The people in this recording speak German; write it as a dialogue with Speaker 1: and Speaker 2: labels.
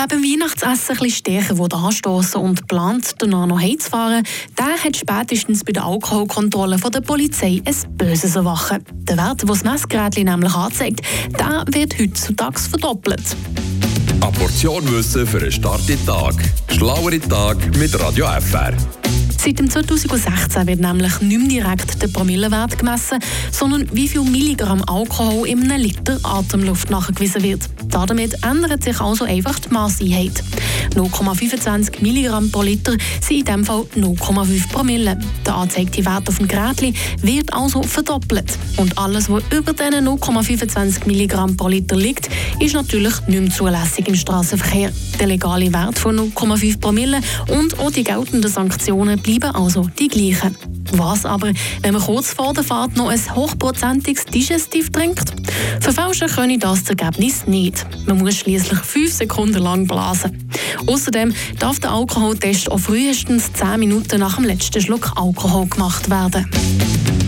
Speaker 1: Wer beim Weihnachtsessen etwas stärker anstossen und plant, danach noch heimzufahren, der hat spätestens bei der Alkoholkontrolle von der Polizei ein böses Erwachen. Der Wert, den das Messgerät nämlich anzeigt, der wird heutzutage verdoppelt.
Speaker 2: Eine Portion Wissen für einen starken Tag. Schlauere Tag mit Radio FR.
Speaker 1: Seit dem 2016 wird nämlich nicht mehr direkt der Promillewert gemessen, sondern wie viel Milligramm Alkohol in einem Liter Atemluft nachgewiesen wird. Damit ändert sich also einfach die Masseinheit. 0,25 Milligramm pro Liter sind in diesem Fall 0,5 Promille. Der angezeigte Wert auf dem Gerät wird also verdoppelt. Und alles, was über diesen 0,25 Milligramm pro Liter liegt, ist natürlich nicht mehr zulässig im Strassenverkehr. Der legale Wert von 0,5 Promille und auch die geltenden Sanktionen bleiben also die gleichen. Was aber, wenn man kurz vor der Fahrt noch ein hochprozentiges Digestiv trinkt? Verfälschen könne das Ergebnis nicht. Man muss schliesslich 5 Sekunden lang blasen. Außerdem darf der Alkoholtest auch frühestens 10 Minuten nach dem letzten Schluck Alkohol gemacht werden.